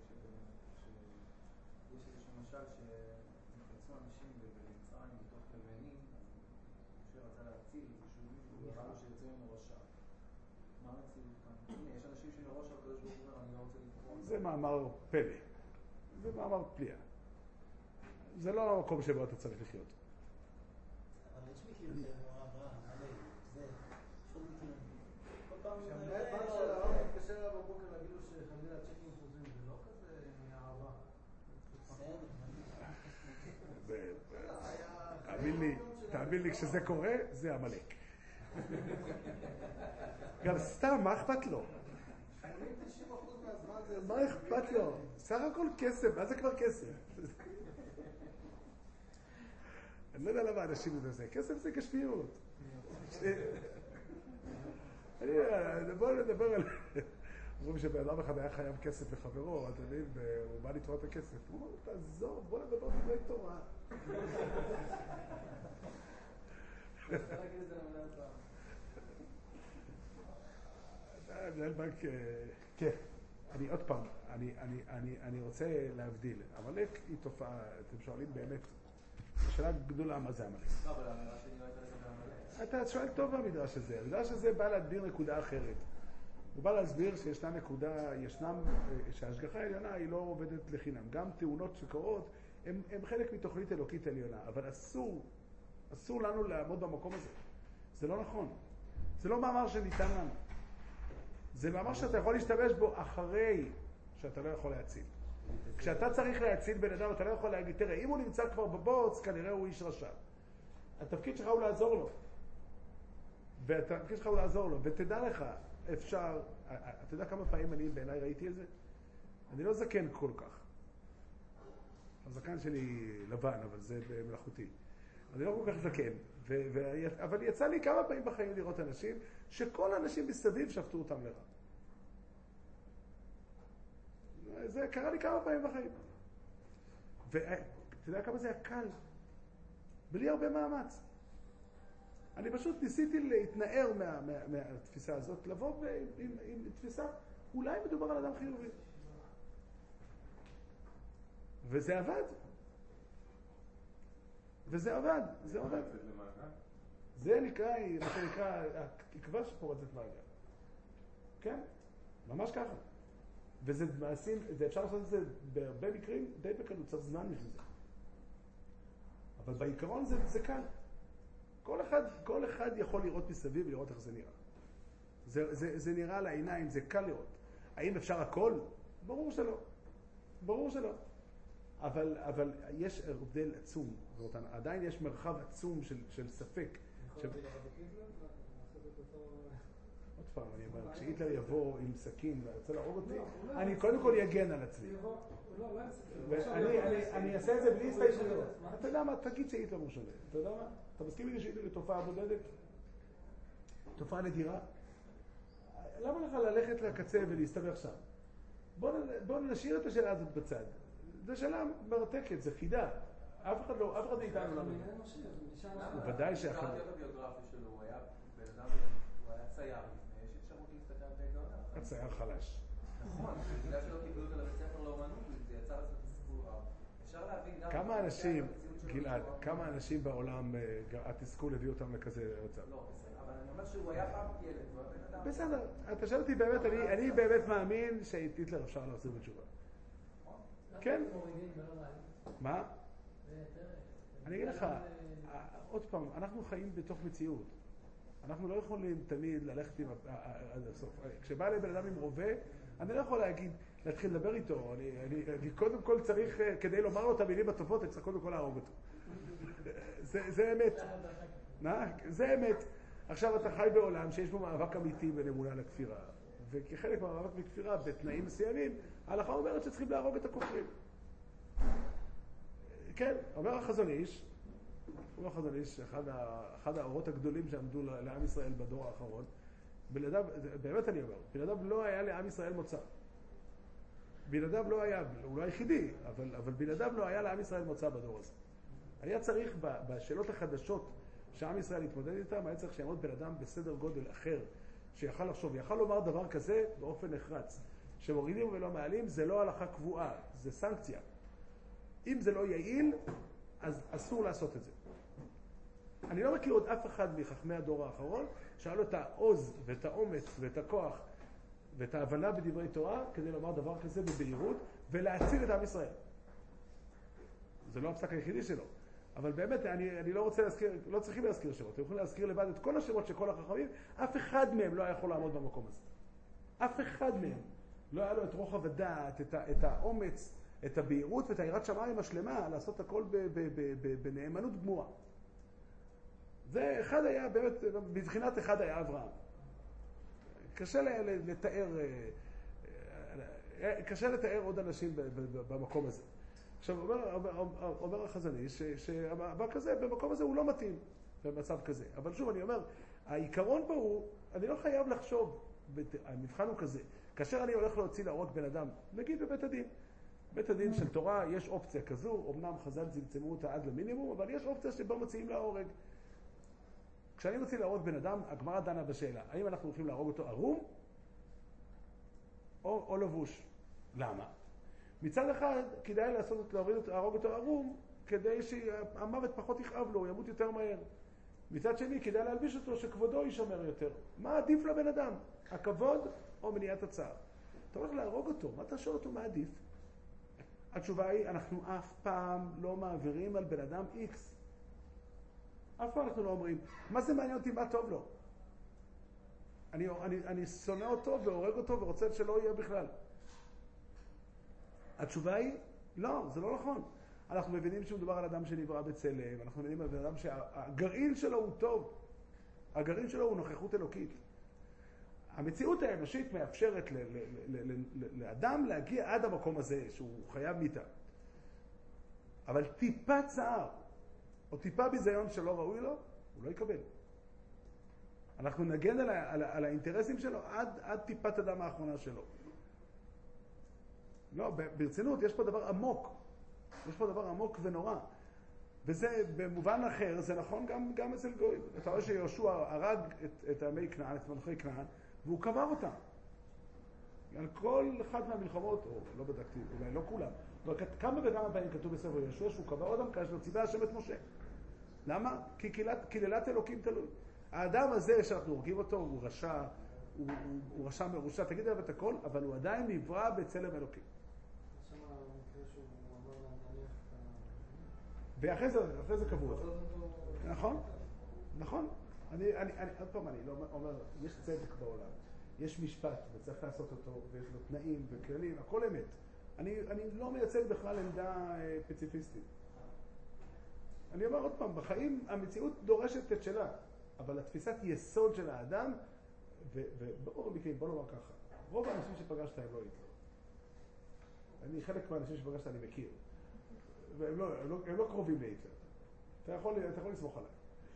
שיש איזשהו משל שנכנסו אנשים במצרים בתוך לבנים, משה רצה להציל איזשהו מישהו, ראה שיוצא ממנו רשע. מה מציל כאן? הנה, יש אנשים שמראש הקדוש ברוך הוא אומר, אני לא רוצה לפרוע. זה מאמר פלא. זה מאמר פליאה. זה לא המקום שבו אתה צריך לחיות. אבל יש מקרים כאלה, אברהם, עלי, זה, שום מקרים. כל פעם... כשהמנהל בנק של הרב מתקשר אליו בבוקר להגיד לו שחלילה הצ'קים חוזרים, זה לא כזה מאהבה. בסדר. תאמין לי, תאמין לי, כשזה קורה, זה עמלק. גם סתם, מה אכפת לו? שמונים תשעים אחוז מהזמן זה... מה אכפת לו? סך הכל כסף, מה זה כבר כסף? אני לא יודע למה אנשים יודעים זה, כסף זה גשמיות. בואו נדבר על... אומרים שבן אדם אחד היה חייב כסף לחברו, אתה יודעים, והוא בא לתרוא את הכסף. הוא אומר, תעזור, בוא נדבר דברי תורה. אפשר להגיד את זה למנהל פעם. מנהל בנק, כן. אני עוד פעם, אני רוצה להבדיל. עמלק היא תופעה, אתם שואלים באמת, השאלה גדולה מה זה עמלק. לא, אבל האמירה שלי לא הייתה לזה בעמלק. אתה שואל טוב במדרש הזה. המדרש הזה בא להסביר נקודה אחרת. הוא בא להסביר שישנה נקודה, ישנם, שההשגחה העליונה היא לא עובדת לחינם. גם תאונות שקורות, הם, הם חלק מתוכנית אלוקית עליונה, אבל אסור, אסור לנו לעמוד במקום הזה. זה לא נכון. זה לא מאמר שניתן לנו. זה מאמר שאתה יכול להשתמש בו אחרי שאתה לא יכול להציל. כשאתה צריך להציל בן אדם, אתה לא יכול להגיד, תראה, אם הוא נמצא כבר בבוץ, כנראה הוא איש רשע. התפקיד שלך הוא לעזור לו. והתפקיד שלך הוא לעזור לו. ותדע לך, אפשר, אתה יודע כמה פעמים אני בעיניי ראיתי את זה? אני לא זקן כל כך. הזקן שלי לבן, אבל זה מלאכותי. אני לא כל כך זקן. ו- ו- אבל יצא לי כמה פעמים בחיים לראות אנשים, שכל האנשים מסביב שפטו אותם לרע. זה קרה לי כמה פעמים בחיים. ואתה יודע כמה זה היה קל? בלי הרבה מאמץ. אני פשוט ניסיתי להתנער מה, מה, מהתפיסה הזאת, לבוא עם, עם, עם תפיסה, אולי מדובר על אדם חיובי. וזה עבד. וזה עבד, זה עובד. זה נקרא, מה שנקרא, התקווה שפורצת מעגל. כן? ממש ככה. וזה מעשים, זה אפשר לעשות את זה בהרבה מקרים, די בקלות, צריך זמן בשביל זה. אבל בעיקרון זה, זה קל. כל אחד, כל אחד יכול לראות מסביב ולראות איך זה נראה. זה, זה, זה נראה לעיניים, זה קל לראות. האם אפשר הכל? ברור שלא. ברור שלא. אבל, אבל יש הבדל עצום, זאת אומרת, עדיין יש מרחב עצום של, של ספק. יכול להביא לרבי קיטלר? לעשות את אותו... עוד פעם, אני אומר, כשהיטלר יבוא עם סכין וירצה להרוג אותי, לא, הוא לא אני יעשה קודם את כל זה. יגן על עצמי. הוא יבוא- הוא לא, לא יעשה את זה. ואני עכשיו הוא יבוא אני- ויעשה אני את אעשה את זה בלי הוא הסתייגות. ישלט. מה? אתה יודע מה? תגיד שהיטלר הוא שולט. אתה יודע מה? אתה מסכים איתי שהיטלר היא תופעה בודדת? תופעה נדירה? למה לך ללכת לקצה ולהסתבך שם? בוא נ- בוא נשאיר את השאלה הזאת בצד. זו שאלה מרתקת, זו חידה. אף אחד לא, אף אחד מאיתנו לא... זה מין אנושי, אז נשאר לך- בוודאי שאחד... קראתי את הביוגרפיה שלו, הוא היה בן אדם, הוא היה צייר לפני, יש אפשרות להסתכל על בן אדם. הצייר חלש. נכון, בגלל שלא קיבלו אותו לבית ספר לאומנות, זה יצר לעצמו תסכול רב. אפשר להבין גם... כמה אנשים, במציאות שלו גלעד, בצורה- כמה אנשים בעולם אה, התסכול הביא אותם לכזה מצב? לא, בסדר, אבל אני אומר שהוא היה פעם ילד, הוא היה בן אדם. בסדר, אתה שואל אותי באמת, אני, אני באמת מאמין שאת היטלר אפשר להחזיר בתשובה. כן. מה? אני אגיד לך, אה, עוד פעם, אנחנו חיים בתוך מציאות. אנחנו לא יכולים תמיד ללכת עם ה- ה- ה- עד הסוף. כשבא אליי בן אדם עם רובה, אני לא יכול להגיד, להתחיל לדבר איתו. אני, אני, אני קודם כל צריך, אה, כדי לומר לו את המילים הטובות, אני צריך קודם כל להרוג אותו. זה, זה אמת. מה? זה אמת. עכשיו אתה חי בעולם שיש בו מאבק אמיתי בין אמונה לכפירה. וכחלק מהמאבק בכפירה, בתנאים מסוימים, ההלכה אומרת שצריכים להרוג את הכופרים. כן, אומר החזון איש, אומר החזון איש, אחד, ה, אחד האורות הגדולים שעמדו לעם ישראל בדור האחרון, בלעדיו, באמת אני אומר, בלעדיו לא היה לעם ישראל מוצא. בלעדיו לא היה, הוא לא היחידי, אבל, אבל בלעדיו לא היה לעם ישראל מוצא בדור הזה. היה צריך בשאלות החדשות שעם ישראל התמודד איתם, היה צריך שיעמוד בן אדם בסדר גודל אחר, שיכל לחשוב, יכל לומר דבר כזה באופן נחרץ. שמורידים ולא מעלים, זה לא הלכה קבועה, זה סנקציה. אם זה לא יעיל, אז אסור לעשות את זה. אני לא מכיר עוד אף אחד מחכמי הדור האחרון, שהיה לו את העוז ואת האומץ ואת הכוח ואת ההבנה בדברי תורה, כדי לומר דבר כזה בבהירות, ולהציל את עם ישראל. זה לא הפסק היחידי שלו. אבל באמת, אני, אני לא רוצה להזכיר, לא צריכים להזכיר שמות, אתם יכולים להזכיר לבד את כל השמות של כל החכמים, אף אחד מהם לא היה יכול לעמוד במקום הזה. אף אחד מהם לא היה לו את רוחב הדעת, את, ה, את האומץ, את הבהירות ואת היראת שמיים השלמה, לעשות הכל ב, ב, ב, ב, בנאמנות גמורה. זה אחד היה, באמת, בבחינת אחד היה אברהם. קשה לתאר, קשה לתאר עוד אנשים במקום הזה. עכשיו, אומר, אומר, אומר החזון איש שהמאבק הזה, במקום הזה הוא לא מתאים במצב כזה. אבל שוב, אני אומר, העיקרון פה הוא, אני לא חייב לחשוב, המבחן הוא כזה, כאשר אני הולך להוציא להרוג בן אדם, נגיד בבית הדין, בית הדין של תורה יש אופציה כזו, אמנם חז"ל צמצמו אותה עד למינימום, אבל יש אופציה שבה מציעים להורג. כשאני מוציא להרוג בן אדם, הגמרא דנה בשאלה, האם אנחנו הולכים להרוג אותו ערום או, או לבוש? למה? מצד אחד, כדאי לעשות, להוריד אותו, להרוג אותו ערום, כדי שהמוות פחות יכאב לו, הוא ימות יותר מהר. מצד שני, כדאי להלביש אותו שכבודו יישמר יותר. מה עדיף לבן אדם? הכבוד או מניעת הצער? אתה הולך להרוג אותו, מה אתה שואל אותו מה עדיף? התשובה היא, אנחנו אף פעם לא מעבירים על בן אדם איקס. אף פעם אנחנו לא אומרים, מה זה מעניין אותי, מה טוב לו? אני, אני, אני שונא אותו והורג אותו ורוצה שלא יהיה בכלל. התשובה היא, לא, זה לא נכון. אנחנו מבינים שמדובר על אדם שנברא בצלם, אנחנו מבינים על בן אדם שהגרעין שלו הוא טוב. הגרעין שלו הוא נוכחות אלוקית. המציאות האנושית מאפשרת ל- ל- ל- ל- ל- לאדם להגיע עד המקום הזה שהוא חייב מיתה. אבל טיפה צער, או טיפה ביזיון שלא ראוי לו, הוא לא יקבל. אנחנו נגן על, ה- על, ה- על האינטרסים שלו עד, עד טיפת הדם האחרונה שלו. לא, ברצינות, יש פה דבר עמוק. יש פה דבר עמוק ונורא. וזה, במובן אחר, זה נכון גם, גם אצל גויים. אתה רואה שיהושע הרג את, את עמי כנען, את מלכי כנען, והוא קבר אותם. על כל אחד מהמלחמות, או לא בדקתי, אולי לא כולם, אבל כמה וכמה פעמים כתוב בספר יהושע שהוא קבר אותם כאשר ציווה השם את משה. למה? כי קללת אלוקים תלוי. האדם הזה שאנחנו הורגים אותו, הוא רשע, הוא, הוא, הוא רשע מרושע, תגיד עליו את הכל, אבל הוא עדיין נברא בצלם אלוקים. שם המקרה שהוא אמר להניח את ה... ואחרי זה, אחרי זה קבעו אותו. לעשות אותו... נכון, נכון. אני, אני, אני, עוד פעם, אני לא אומר, יש צדק בעולם, יש משפט וצריך לעשות אותו, ויש לו תנאים וכללים, הכל אמת. אני, אני לא מייצג בכלל עמדה אה, פציפיסטית. אני אומר עוד פעם, בחיים המציאות דורשת את שלה, אבל התפיסת יסוד של האדם, וברור המקרים, בוא נאמר ככה, רוב האנשים שפגשת הם לא היטלר. אני חלק מהאנשים שפגשת אני מכיר, והם לא, הם לא, הם לא קרובים להיטלר. אתה יכול, אתה יכול לסמוך עליי.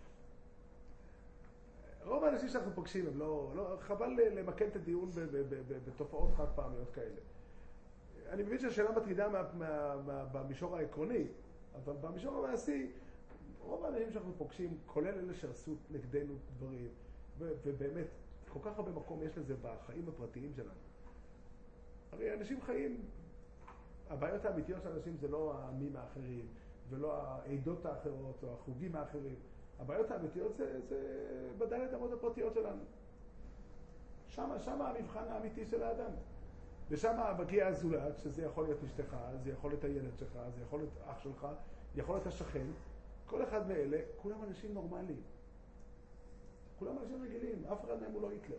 רוב האנשים שאנחנו פוגשים הם לא, לא חבל למקד את הדיון ב, ב, ב, ב, בתופעות חד פעמיות כאלה. אני מבין שהשאלה מטרידה מה, מה, מה, במישור העקרוני, אבל במישור המעשי, רוב האנשים שאנחנו פוגשים, כולל אלה שעשו נגדנו דברים, ו, ובאמת, כל כך הרבה מקום יש לזה בחיים הפרטיים שלנו. הרי אנשים חיים, הבעיות האמיתיות של אנשים זה לא העמים האחרים, ולא העדות האחרות או החוגים האחרים. הבעיות האמיתיות זה, זה בדלת אמות הפרטיות שלנו. שם, שם המבחן האמיתי של האדם. ושם מגיע הזולת, שזה יכול להיות אשתך, זה יכול להיות הילד שלך, זה יכול להיות אח שלך, יכול להיות השכן. כל אחד מאלה, כולם אנשים נורמליים. כולם אנשים רגילים, אף אחד מהם הוא לא היטלר.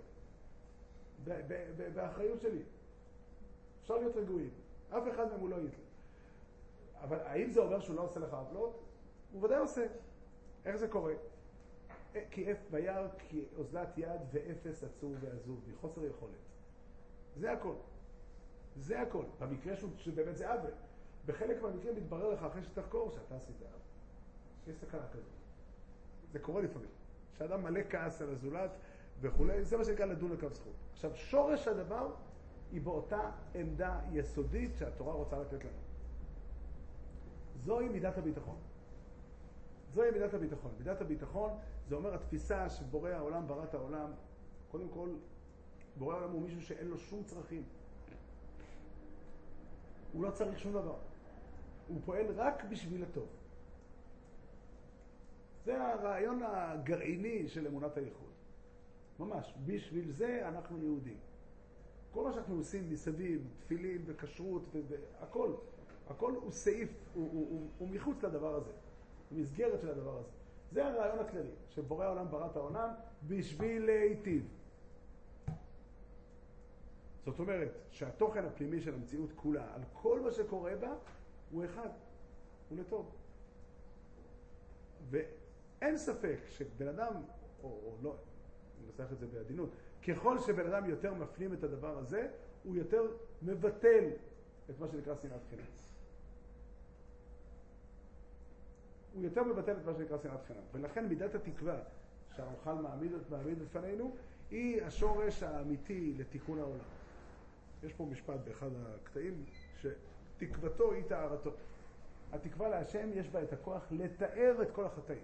באחריות שלי. אפשר להיות רגועים. אף אחד מהם הוא לא היטלר. אבל האם זה אומר שהוא לא עושה לך עוולות? הוא ודאי עושה. איך זה קורה? כי אף בייר, כי אוזלת יד ואפס עצוב ועזוב, מחוסר יכולת. זה הכל. זה הכל. במקרה שבאמת זה עוול. בחלק מהמקרים מתברר לך אחרי שתחקור שאתה עשית עוול. יש סכנה כזאת. זה קורה לפעמים. שאדם מלא כעס על הזולת וכולי, זה מה שנקרא לדון לקו זכות. עכשיו, שורש הדבר היא באותה עמדה יסודית שהתורה רוצה לתת לנו. זוהי מידת הביטחון. זוהי מידת הביטחון. מידת הביטחון זה אומר התפיסה שבורא העולם ברא את העולם. קודם כל, בורא העולם הוא מישהו שאין לו שום צרכים. הוא לא צריך שום דבר. הוא פועל רק בשביל הטוב. זה הרעיון הגרעיני של אמונת הייחוד. ממש, בשביל זה אנחנו יהודים. כל מה שאנחנו עושים מסביב, תפילין וכשרות והכל, הכל הוא סעיף, הוא, הוא, הוא, הוא מחוץ לדבר הזה, הוא מסגרת של הדבר הזה. זה הרעיון הכללי, שבורא העולם ברא את העולם בשביל להיטיב. זאת אומרת שהתוכן הפנימי של המציאות כולה, על כל מה שקורה בה, הוא אחד, הוא לטוב. ואין ספק שבן אדם, או, או לא, אני מנסח את זה בעדינות, ככל שבן אדם יותר מפנים את הדבר הזה, הוא יותר מבטל את מה שנקרא שנאת חינם. הוא יותר מבטל את מה שנקרא שנאת חינם. ולכן מידת התקווה שהרמח"ל מעמיד, מעמיד בפנינו, היא השורש האמיתי לתיקון העולם. יש פה משפט באחד הקטעים, שתקוותו היא טהרתו. התקווה להשם יש בה את הכוח לתאר את כל החטאים.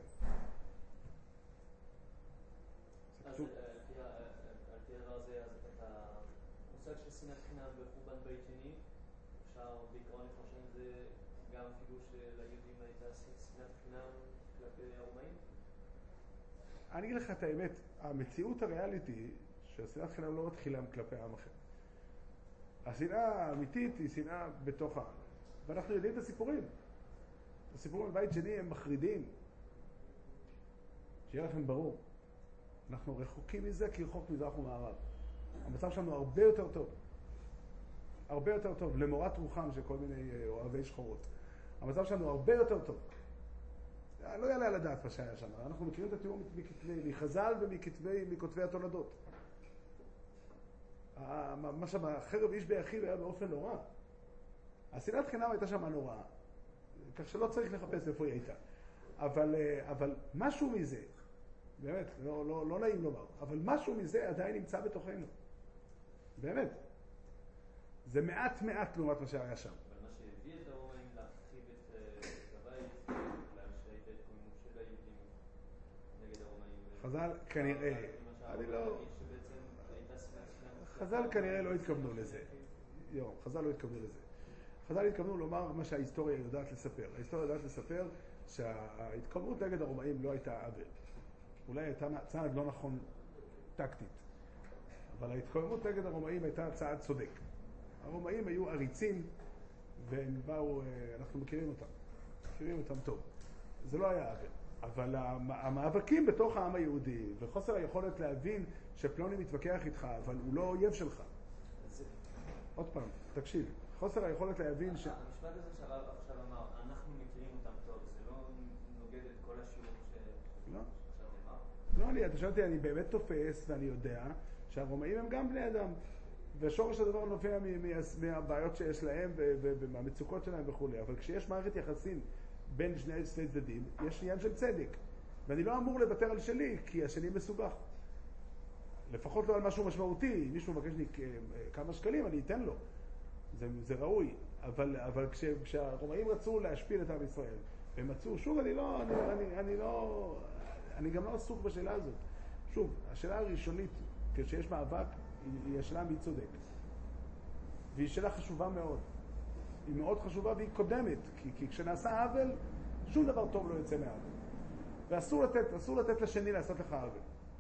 אז על פי הדבר הזה, אז את המושג של שנאת חינם בחורבן בית שני, אפשר בעיקרון לפרשן את זה גם אפילו שליהודים הייתה שנאת חינם כלפי הרומאים? אני אגיד לך את האמת, המציאות הריאלית היא שהשנאת חינם לא מתחילה כלפי עם אחר. השנאה האמיתית היא שנאה בתוך העם. ואנחנו יודעים את הסיפורים. הסיפורים בבית שני הם מחרידים. שיהיה לכם ברור. אנחנו רחוקים מזה כרחוק מזרח ומערב. המצב שלנו הרבה יותר טוב. הרבה יותר טוב, למורת רוחם של כל מיני אוהבי שחורות. המצב שלנו הרבה יותר טוב. לא יעלה על הדעת מה שהיה שם. אנחנו מכירים את התיאור מחז"ל ומכותבי התולדות. מה שם, חרב איש באחיו היה באופן נורא. השנאת חינם הייתה שם נוראה. כך שלא צריך לחפש איפה היא הייתה. אבל, אבל משהו מזה, באמת, לא, לא, לא נעים לומר, אבל משהו מזה עדיין נמצא בתוכנו. באמת. זה מעט מעט לעומת מה שהיה שם. אבל מה שהביא את הרומאים להרחיב את הבית, בגלל שהייתה התקוממות של היהודים נגד הרומאים. חז"ל כנראה, אני לא... חז"ל כנראה לא התכוונו לזה. יום, חז"ל לא התכוונו לזה. חז"ל התכוונו לומר מה שההיסטוריה יודעת לספר. ההיסטוריה יודעת לספר שההתקוממות נגד הרומאים לא הייתה עוול. אולי הייתה צעד לא נכון טקטית. אבל ההתקוממות נגד הרומאים הייתה צעד צודק. הרומאים היו עריצים, והם באו, אנחנו מכירים אותם. מכירים אותם טוב. זה לא היה עוול. אבל המאבקים בתוך העם היהודי, וחוסר היכולת להבין שפלוני מתווכח איתך, אבל הוא לא אויב שלך. עוד פעם, תקשיב. חוסר היכולת להבין ש... המשפט הזה שהרב עכשיו אמר, אנחנו מכירים אותם טוב, זה לא נוגד את כל השיעור ש... לא. שעכשיו לא, נאמר? אני, אתה שואל אותי, אני באמת תופס ואני יודע שהרומאים הם גם בני אדם. ושורש הדבר נובע מ- מ- מהבעיות שיש להם ומהמצוקות שלהם וכולי. אבל כשיש מערכת יחסים בין שני שני צדדים, יש עניין של צדק. ואני לא אמור לוותר על שלי, כי השני מסובך. לפחות לא על משהו משמעותי. אם מישהו מבקש לי כמה שקלים, אני אתן לו. זה, זה ראוי. אבל, אבל כש, כשהרומאים רצו להשפיל את עם ישראל, והם מצאו, שוב, אני לא, אני, אני, אני לא, אני גם לא עסוק בשאלה הזאת. שוב, השאלה הראשונית, כשיש מאבק, היא השאלה מי צודק. והיא שאלה חשובה מאוד. היא מאוד חשובה והיא קודמת, כי, כי כשנעשה עוול, שום דבר טוב לא יוצא מעוול. ואסור לתת, אסור לתת לשני לעשות לך עוול.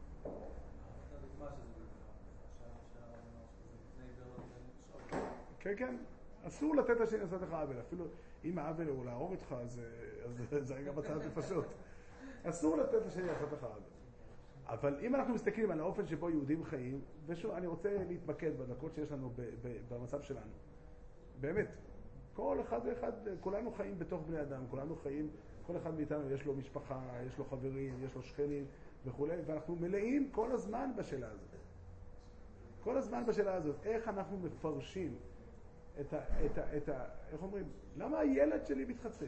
כן, כן. אסור לתת לשני לעשות לך עוול. אפילו אם העוול הוא להרוג אותך, אז, אז זה רגע בצד ופשוט. אסור לתת לשני לעשות לך עוול. אבל אם אנחנו מסתכלים על האופן שבו יהודים חיים, ושוב, אני רוצה להתמקד בדקות שיש לנו ב- ב- במצב שלנו. באמת, כל אחד ואחד, כולנו חיים בתוך בני אדם, כולנו חיים, כל אחד מאיתנו יש לו משפחה, יש לו חברים, יש לו שכנים וכו', ואנחנו מלאים כל הזמן בשאלה הזאת. כל הזמן בשאלה הזאת, איך אנחנו מפרשים את ה... את ה, את ה איך אומרים? למה הילד שלי מתחצף?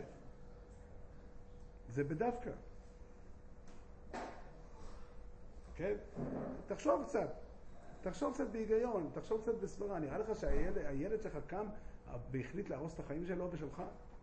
זה בדווקא. כן? תחשוב קצת, תחשוב קצת בהיגיון, תחשוב קצת בסברה. נראה לך שהילד שלך קם והחליט להרוס את החיים שלו ושלך?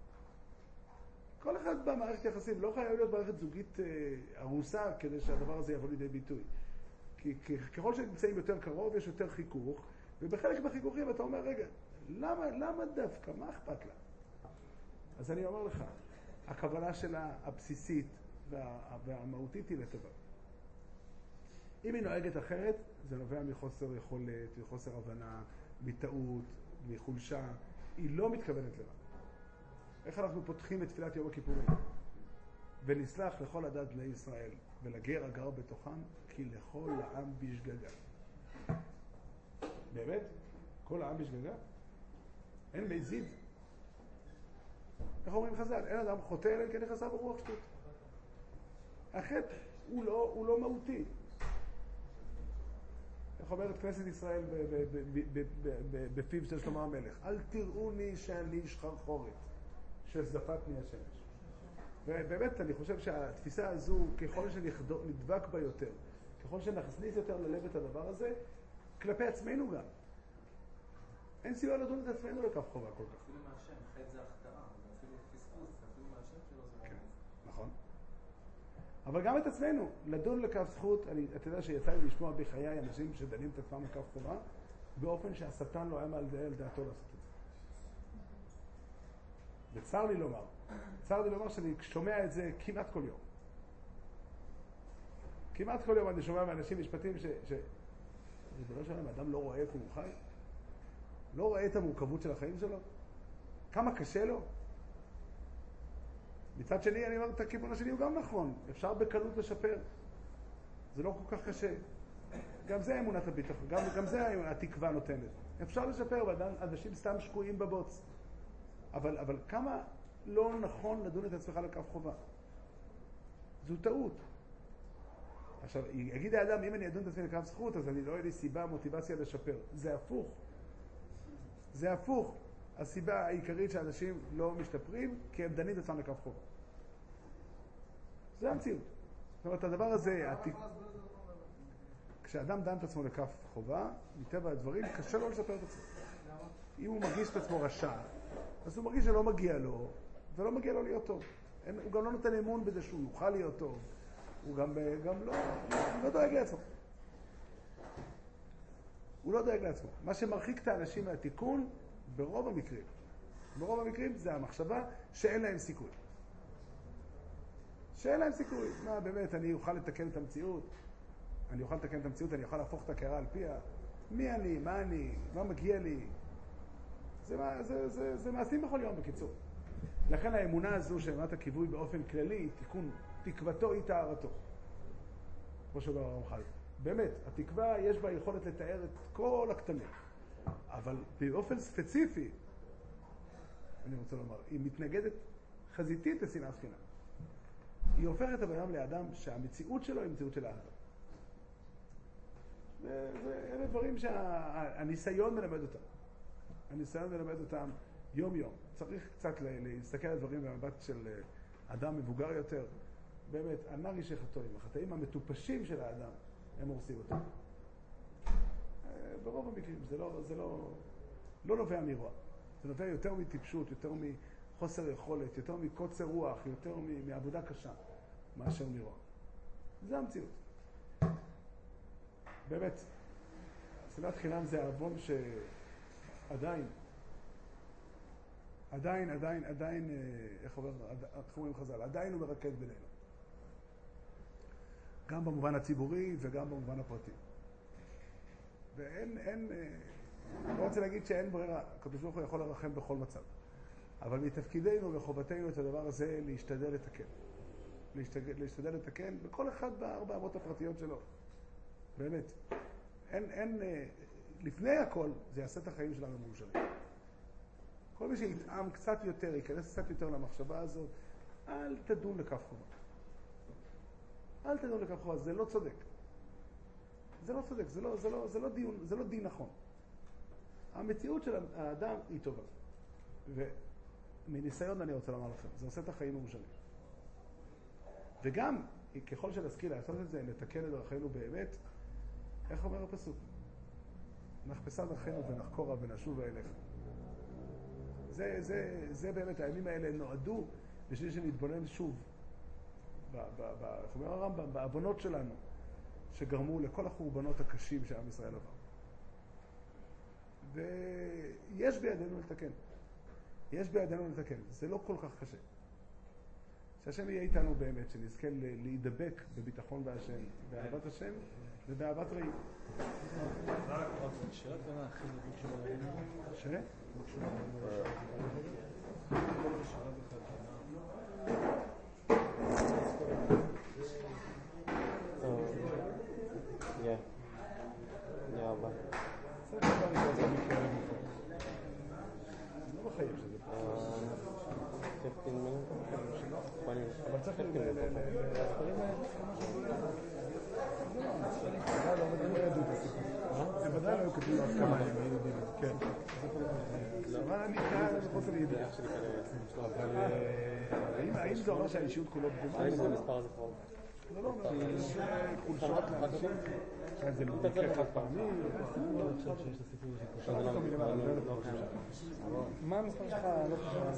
כל אחד במערכת יחסים, לא חייב להיות מערכת זוגית ארוסה כדי שהדבר הזה יבוא לידי ביטוי. כי ככל שנמצאים יותר קרוב יש יותר חיכוך, ובחלק מהחיכוכים אתה אומר, רגע, למה, למה דווקא? מה אכפת לה? אז אני אומר לך, הכוונה שלה הבסיסית וה, והמהותית היא לטובה. אם היא נוהגת אחרת, זה נובע מחוסר יכולת, מחוסר הבנה, מטעות, מחולשה. היא לא מתכוונת למה. איך אנחנו פותחים את תפילת יום הכיפורים? ונסלח לכל עדת בני ישראל, ולגר הגר בתוכם, כי לכל העם בשגגה. באמת? כל העם בשגגה? אין מזיד. איך אומרים חז"ל? אין אדם חוטא אלא אם כן נכנסה ברוח שטות. החטא הוא לא, הוא לא מהותי. איך אומרת כנסת ישראל בפיו של שלמה המלך? אל תראוני שאני שחרחורת, שזפתני השמש. ובאמת אני חושב שהתפיסה הזו, ככל שנדבק בה יותר, ככל שנכניס יותר ללב את הדבר הזה, כלפי עצמנו גם. אין סיבה לדון את עצמנו לכף חובה כל כך. אפילו מהשם, חטא זה החטאה, אפילו פספוס, אפילו מהשם שלו זה כן, נכון. אבל גם את עצמנו, לדון לכף זכות, אני, אתה יודע שיצא לי לשמוע בחיי אנשים שדנים את עצמם לכף חובה, באופן שהשטן לא היה מעל דעתו לעשות את זה. וצר לי לומר, צר לי לומר שאני שומע את זה כמעט כל יום. כמעט כל יום אני שומע מאנשים משפטים ש... ש... ריבונו של עולם, האדם לא רואה איפה הוא חי? לא רואה את המורכבות של החיים שלו? כמה קשה לו? מצד שני, אני אומר, את הכיוון השני הוא גם נכון. אפשר בקלות לשפר. זה לא כל כך קשה. גם זה אמונת הביטחון, גם, גם זה התקווה נותנת. אפשר לשפר, ואנשים סתם שקועים בבוץ. אבל, אבל כמה לא נכון לדון את עצמך לכף חובה? זו טעות. עכשיו, יגיד האדם, אם אני אדון את עצמי לכף זכות, אז אני לא יהיה לי סיבה, מוטיבציה לשפר. זה הפוך. זה הפוך. הסיבה העיקרית שאנשים לא משתפרים, כי הם דנים את עצמם לכף חובה. זה המציאות. זאת אומרת, הדבר הזה, התיק... כשאדם דן את עצמו לכף חובה, מטבע הדברים, קשה לו לשפר את עצמו. אם הוא מרגיש את עצמו רשע, אז הוא מרגיש שלא מגיע לו, ולא מגיע לו להיות טוב. אין, הוא גם לא נותן אמון בזה שהוא יוכל להיות טוב. הוא גם, גם לא, לא דואג לעצמו. הוא לא דואג לעצמו. מה שמרחיק את האנשים מהתיקון, ברוב המקרים, ברוב המקרים זה המחשבה שאין להם סיכוי. שאין להם סיכוי. מה, באמת, אני אוכל לתקן את המציאות? אני אוכל לתקן את המציאות, אני אוכל להפוך את הקערה על פיה? מי אני? מה אני? מה מגיע לי? זה, זה, זה, זה מעשים בכל יום, בקיצור. לכן האמונה הזו שאמרת הכיווי באופן כללי, תיקון, תקוותו היא טהרתו. כמו שאומר הרמח"ל. באמת, התקווה יש בה יכולת לתאר את כל הקטנים. אבל באופן ספציפי, אני רוצה לומר. היא מתנגדת חזיתית לשנאת חינם. היא הופכת את הבן אדם לאדם שהמציאות שלו היא מציאות של אהבה. ואלה דברים שהניסיון מלמד אותם. הניסיון מלמד אותם יום-יום. צריך קצת להסתכל על דברים במבט של אדם מבוגר יותר. באמת, הנרי שחטאים, החטאים המטופשים של האדם, הם הורסים אותם. ברוב המקרים, זה לא, זה לא, לא נובע מרוע. זה נובע יותר מטיפשות, יותר מחוסר יכולת, יותר מקוצר רוח, יותר מעבודה קשה, מאשר מרוע. זה המציאות. באמת, שנאת חינם זה העוון שעדיין, עדיין, עדיין, עדיין, איך אומרים חז"ל, עדיין הוא מרקד בינינו. גם במובן הציבורי וגם במובן הפרטי. ואין, אין, לא רוצה להגיד שאין ברירה, הקדוש ברוך הוא יכול לרחם בכל מצב. אבל מתפקידנו וחובתנו את הדבר הזה להשתדל לתקן. להשתדל, להשתדל לתקן בכל אחד בארבע אמות הפרטיות שלו. באמת. אין, אין, לפני הכל זה יעשה את החיים שלנו מאושרים. כל מי שיתאם קצת יותר, ייכנס קצת יותר למחשבה הזאת, אל תדון לכף חומה. אל תדון לכף חומה, זה לא צודק. זה לא צודק, זה לא, זה לא, זה לא דיון, זה לא דין נכון. המציאות של האדם היא טובה. ומניסיון אני רוצה לומר לכם, זה עושה את החיים מאושרים. וגם, ככל שנשכיל לעשות את זה, נתקן את דרכינו באמת, איך אומר הפסוק? נחפשה דרכינו ונחקורה ונשובה אליך. זה, זה, זה באמת, הימים האלה נועדו בשביל שנתבונן שוב, איך אומר הרמב"ם, בעוונות שלנו, שגרמו לכל החורבנות הקשים שעם ישראל עבר. ויש בידינו לתקן. יש בידינו לתקן. זה לא כל כך קשה. שהשם יהיה איתנו באמת, שנזכה להידבק בביטחון בהשם, באהבת השם ובאהבת רעים. שאלה קטנה, אחרי זה בקשורה לעניין. ש? בקשורה לעניין. Yeah. Yeah, but... זה כבר נקרא מקרה מפות. לא בחיים שזה פה. fifteen minutes? אבל צריך להספרים האלה כמה שעולה. לא, לא, הם לא ידעו את הסיפור. הם ודאי לא היו כתבים לו כמה הם היו יודעים את זה. כן. אבל אני כאן בחוסר ידיעה. אבל האם זה אומר שהאישיות כולו פגומה? האם זה מספר הזכרון? לא, לא, יש חולשות לאנשים. זה מקרה חד פעמי. מה המספר שלך? לא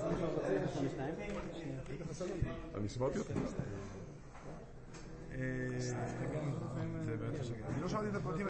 חושב. אני הסברתי אותך. זה באמת חשוב. אני לא שמעתי את הפרטים.